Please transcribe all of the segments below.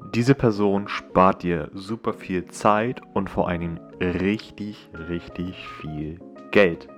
Diese Person spart dir super viel Zeit und vor allen Dingen richtig, richtig viel Geld.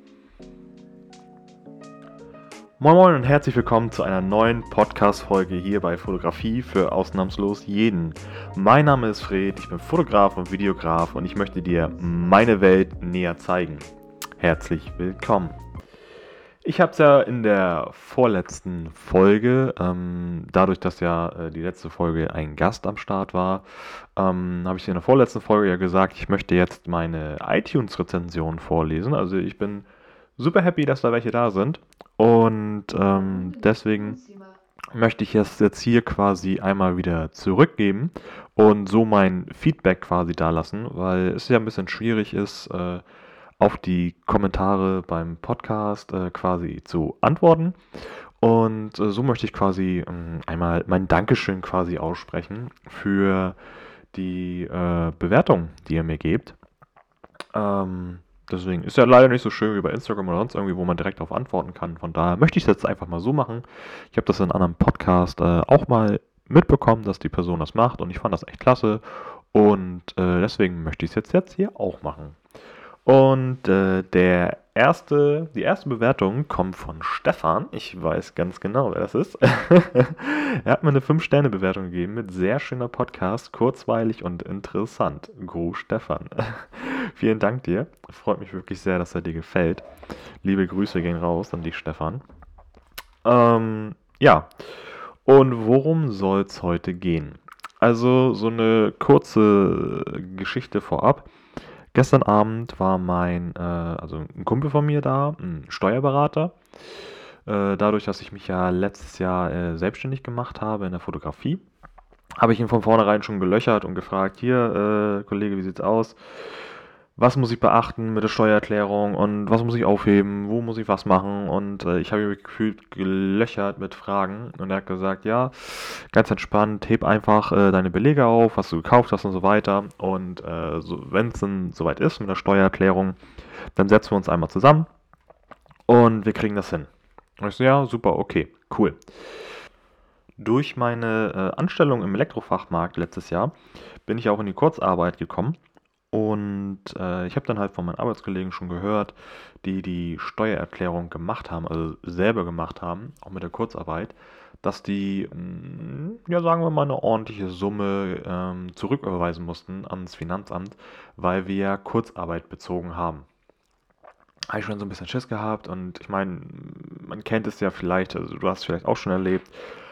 Moin Moin und herzlich willkommen zu einer neuen Podcast-Folge hier bei Fotografie für ausnahmslos jeden. Mein Name ist Fred, ich bin Fotograf und Videograf und ich möchte dir meine Welt näher zeigen. Herzlich willkommen. Ich habe es ja in der vorletzten Folge, dadurch, dass ja die letzte Folge ein Gast am Start war, habe ich in der vorletzten Folge ja gesagt, ich möchte jetzt meine iTunes-Rezension vorlesen. Also ich bin super happy, dass da welche da sind. Und deswegen möchte ich es jetzt hier quasi einmal wieder zurückgeben und so mein Feedback quasi da lassen, weil es ja ein bisschen schwierig ist, auf die Kommentare beim Podcast quasi zu antworten. Und so möchte ich quasi einmal mein Dankeschön quasi aussprechen für die Bewertung, die ihr mir gebt. Deswegen ist ja leider nicht so schön wie bei Instagram oder sonst irgendwie, wo man direkt darauf antworten kann. Von daher möchte ich es jetzt einfach mal so machen. Ich habe das in einem anderen Podcast auch mal mitbekommen, dass die Person das macht und ich fand das echt klasse. Und deswegen möchte ich es jetzt hier auch machen. Und die erste Bewertung kommt von Stefan. Ich weiß ganz genau, wer das ist. Er hat mir eine 5-Sterne-Bewertung gegeben mit sehr schöner Podcast, kurzweilig und interessant. Gruß Stefan. Vielen Dank dir. Freut mich wirklich sehr, dass er dir gefällt. Liebe Grüße gehen raus an dich, Stefan. Ja. Und worum soll es heute gehen? Also so eine kurze Geschichte vorab. Gestern Abend war also ein Kumpel von mir da, ein Steuerberater. Dadurch, dass ich mich ja letztes Jahr selbstständig gemacht habe in der Fotografie, habe ich ihn von vornherein schon gelöchert und gefragt, hier, Kollege, wie sieht's aus? Was muss ich beachten mit der Steuererklärung und was muss ich aufheben? Wo muss ich was machen? Und ich habe ihn gefühlt gelöchert mit Fragen und er hat gesagt, ja, ganz entspannt, heb einfach deine Belege auf, was du gekauft hast und so weiter. Und wenn es dann soweit ist mit der Steuererklärung, dann setzen wir uns einmal zusammen und wir kriegen das hin. Und ich so, ja, super, okay, cool. Durch meine Anstellung im Elektrofachmarkt letztes Jahr bin ich auch in die Kurzarbeit gekommen. Und ich habe dann halt von meinen Arbeitskollegen schon gehört, die die Steuererklärung gemacht haben, also selber gemacht haben, auch mit der Kurzarbeit, dass die, ja sagen wir mal, eine ordentliche Summe zurücküberweisen mussten ans Finanzamt, weil wir ja Kurzarbeit bezogen haben. Habe ich schon so ein bisschen Schiss gehabt und ich meine, man kennt es ja vielleicht, also du hast es vielleicht auch schon erlebt,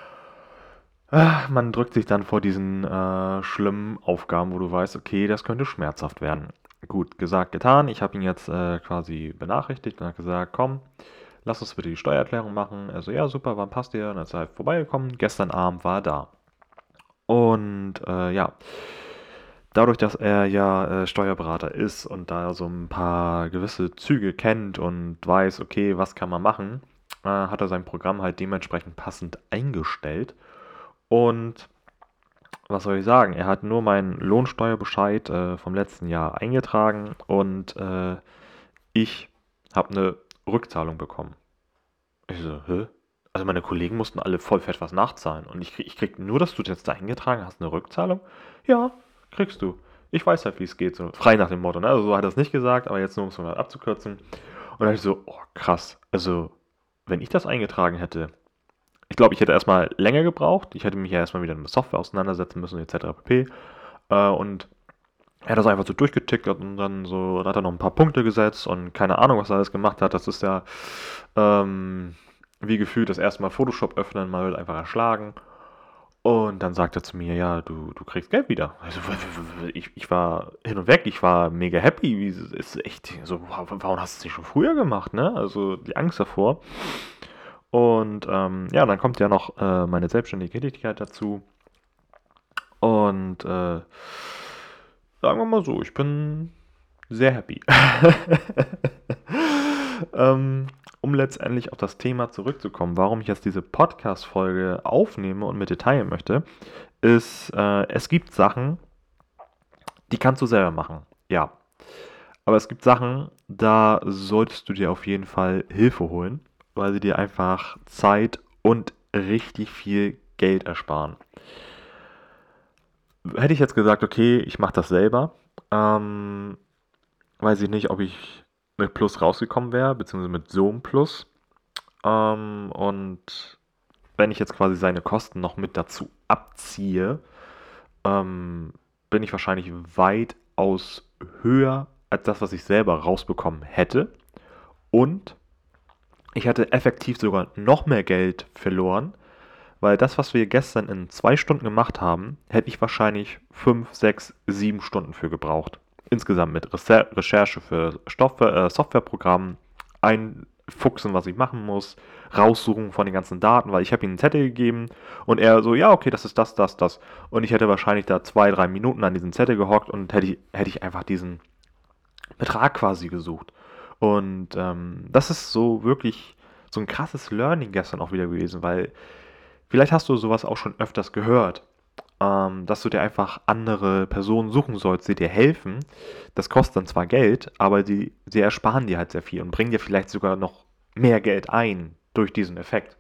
man drückt sich dann vor diesen schlimmen Aufgaben, wo du weißt, okay, das könnte schmerzhaft werden. Gut, gesagt, getan. Ich habe ihn jetzt quasi benachrichtigt und habe gesagt, komm, lass uns bitte die Steuererklärung machen. Also ja, super, wann passt ihr? Und dann ist er halt vorbeigekommen. Gestern Abend war er da. Und ja, dadurch, dass er ja Steuerberater ist und da so ein paar gewisse Züge kennt und weiß, okay, was kann man machen, hat er sein Programm halt dementsprechend passend eingestellt. Und was soll ich sagen? Er hat nur meinen Lohnsteuerbescheid vom letzten Jahr eingetragen und ich habe eine Rückzahlung bekommen. Ich so, hä? Also meine Kollegen mussten alle voll fett was nachzahlen und ich krieg nur, dass du das jetzt da eingetragen hast, eine Rückzahlung? Ja, kriegst du. Ich weiß halt, wie es geht, so frei nach dem Motto, ne? Also so hat er es nicht gesagt, aber jetzt nur um es mal abzukürzen. Und dann dachte ich so, oh krass, also wenn ich das eingetragen hätte, ich glaube, ich hätte erstmal länger gebraucht. Ich hätte mich ja erstmal wieder mit Software auseinandersetzen müssen, etc. pp. Und er hat das einfach so durchgetickt und dann so, da hat er noch ein paar Punkte gesetzt und keine Ahnung, was er alles gemacht hat. Das ist ja wie gefühlt das erste Mal Photoshop öffnen, man wird einfach erschlagen. Und dann sagt er zu mir, ja, du kriegst Geld wieder. Also, ich war hin und weg, ich war mega happy. Ist echt so, warum hast du es nicht schon früher gemacht, ne? Also die Angst davor. Und ja, dann kommt ja noch meine selbstständige Tätigkeit dazu. Und sagen wir mal so, ich bin sehr happy. Um letztendlich auf das Thema zurückzukommen, warum ich jetzt diese Podcast-Folge aufnehme und mit dir teilen möchte, ist, es gibt Sachen, die kannst du selber machen. Ja. Aber es gibt Sachen, da solltest du dir auf jeden Fall Hilfe holen, weil sie dir einfach Zeit und richtig viel Geld ersparen. Hätte ich jetzt gesagt, okay, ich mache das selber, ähm, weiß ich nicht, ob ich mit Plus rausgekommen wäre, beziehungsweise mit so einem Plus. Und wenn ich jetzt quasi seine Kosten noch mit dazu abziehe, ähm, bin ich wahrscheinlich weitaus höher als das, was ich selber rausbekommen hätte. Und ich hätte effektiv sogar noch mehr Geld verloren, weil das, was wir gestern in 2 Stunden gemacht haben, hätte ich wahrscheinlich 5, 6, 7 Stunden für gebraucht. Insgesamt mit Recherche für Softwareprogrammen, einfuchsen, was ich machen muss, raussuchen von den ganzen Daten, weil ich habe ihm einen Zettel gegeben und er so, ja, okay, das ist das, das, das. Und ich hätte wahrscheinlich da 2, 3 Minuten an diesem Zettel gehockt und hätte ich einfach diesen Betrag quasi gesucht. Und das ist so wirklich so ein krasses Learning gestern auch wieder gewesen, weil vielleicht hast du sowas auch schon öfters gehört, dass du dir einfach andere Personen suchen sollst, die dir helfen. Das kostet dann zwar Geld, aber sie ersparen dir halt sehr viel und bringen dir vielleicht sogar noch mehr Geld ein durch diesen Effekt.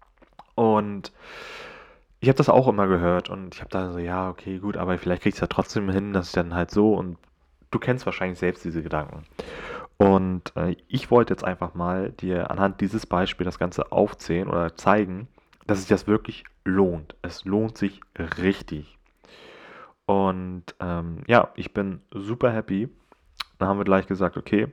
Und ich habe das auch immer gehört und ich habe da so, ja, okay, gut, aber vielleicht kriegst du ja trotzdem hin, dass ich dann halt so und du kennst wahrscheinlich selbst diese Gedanken. Und ich wollte jetzt einfach mal dir anhand dieses Beispiels das Ganze aufzählen oder zeigen, dass sich das wirklich lohnt. Es lohnt sich richtig. Und ja, ich bin super happy. Dann haben wir gleich gesagt, okay,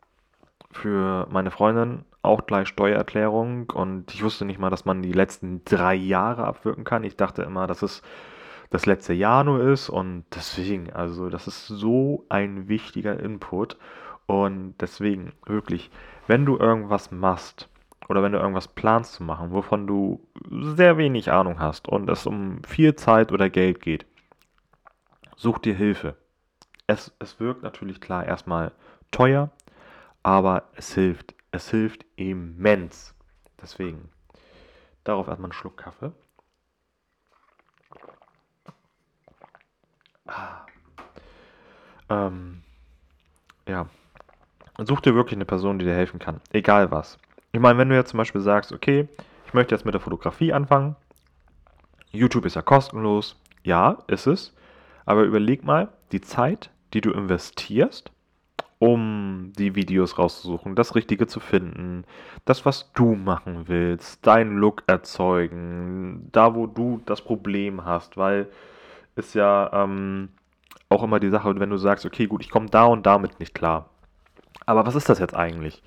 für meine Freundin auch gleich Steuererklärung. Und ich wusste nicht mal, dass man die letzten 3 Jahre abwirken kann. Ich dachte immer, dass es das letzte Jahr nur ist. Und deswegen, also das ist so ein wichtiger Input. Und deswegen, wirklich, wenn du irgendwas machst oder wenn du irgendwas planst zu machen, wovon du sehr wenig Ahnung hast und es um viel Zeit oder Geld geht, such dir Hilfe. Es wirkt natürlich klar erstmal teuer, aber es hilft. Es hilft immens. Deswegen, darauf erstmal einen Schluck Kaffee. Ähm, ja, such dir wirklich eine Person, die dir helfen kann. Egal was. Ich meine, wenn du jetzt zum Beispiel sagst, okay, ich möchte jetzt mit der Fotografie anfangen. YouTube ist ja kostenlos. Ja, ist es. Aber überleg mal, die Zeit, die du investierst, um die Videos rauszusuchen, das Richtige zu finden, das, was du machen willst, deinen Look erzeugen, da, wo du das Problem hast, weil ist ja auch immer die Sache, wenn du sagst, okay, gut, ich komme da und damit nicht klar. Aber was ist das jetzt eigentlich?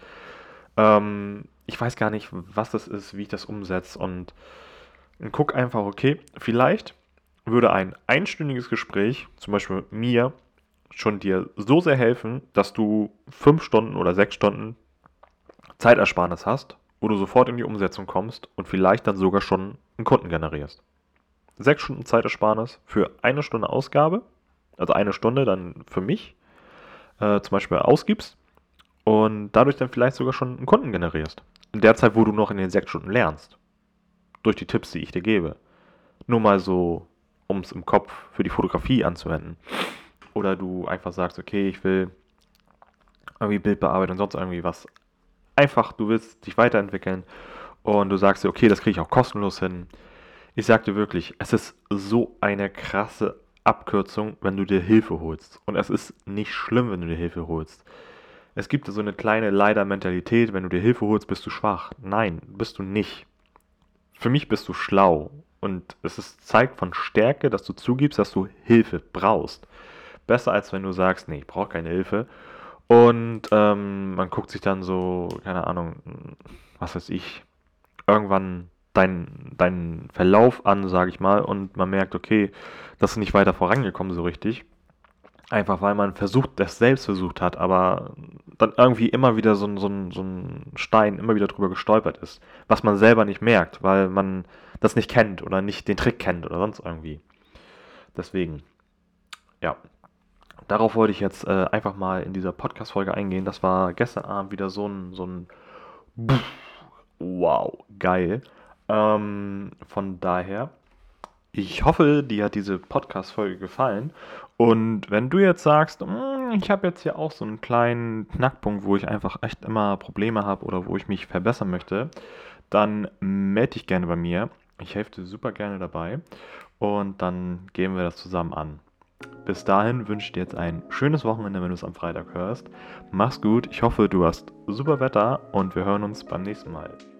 Ich weiß gar nicht, was das ist, wie ich das umsetze und guck einfach, okay, vielleicht würde ein einstündiges Gespräch, zum Beispiel mit mir, schon dir so sehr helfen, dass du 5 Stunden oder 6 Stunden Zeitersparnis hast, wo du sofort in die Umsetzung kommst und vielleicht dann sogar schon einen Kunden generierst. 6 Stunden Zeitersparnis für 1 Stunde Ausgabe, also 1 Stunde dann für mich zum Beispiel ausgibst und dadurch dann vielleicht sogar schon einen Kunden generierst. In der Zeit, wo du noch in den 6 Stunden lernst, durch die Tipps, die ich dir gebe. Nur mal so, um es im Kopf für die Fotografie anzuwenden. Oder du einfach sagst, okay, ich will irgendwie Bildbearbeitung und sonst irgendwie was. Einfach, du willst dich weiterentwickeln und du sagst dir, okay, das kriege ich auch kostenlos hin. Ich sag dir wirklich, es ist so eine krasse Abkürzung, wenn du dir Hilfe holst. Und es ist nicht schlimm, wenn du dir Hilfe holst. Es gibt so eine kleine Leider-Mentalität, wenn du dir Hilfe holst, bist du schwach. Nein, bist du nicht. Für mich bist du schlau. Und zeigt von Stärke, dass du zugibst, dass du Hilfe brauchst. Besser als wenn du sagst, nee, ich brauche keine Hilfe. Und man guckt sich dann so, keine Ahnung, was weiß ich, irgendwann deinen Verlauf an, sage ich mal, und man merkt, okay, das ist nicht weiter vorangekommen so richtig. Einfach weil man das selbst versucht hat, aber dann irgendwie immer wieder so ein Stein immer wieder drüber gestolpert ist. Was man selber nicht merkt, weil man das nicht kennt oder nicht den Trick kennt oder sonst irgendwie. Deswegen, ja. Darauf wollte ich jetzt einfach mal in dieser Podcast-Folge eingehen. Das war gestern Abend wieder so ein wow, geil. Von daher, ich hoffe, dir hat diese Podcast-Folge gefallen. Und wenn du jetzt sagst, ich habe jetzt hier auch so einen kleinen Knackpunkt, wo ich einfach echt immer Probleme habe oder wo ich mich verbessern möchte, dann melde dich gerne bei mir. Ich helfe dir super gerne dabei. und dann gehen wir das zusammen an. Bis dahin wünsche ich dir jetzt ein schönes Wochenende, wenn du es am Freitag hörst. Mach's gut, ich hoffe, du hast super Wetter und wir hören uns beim nächsten Mal.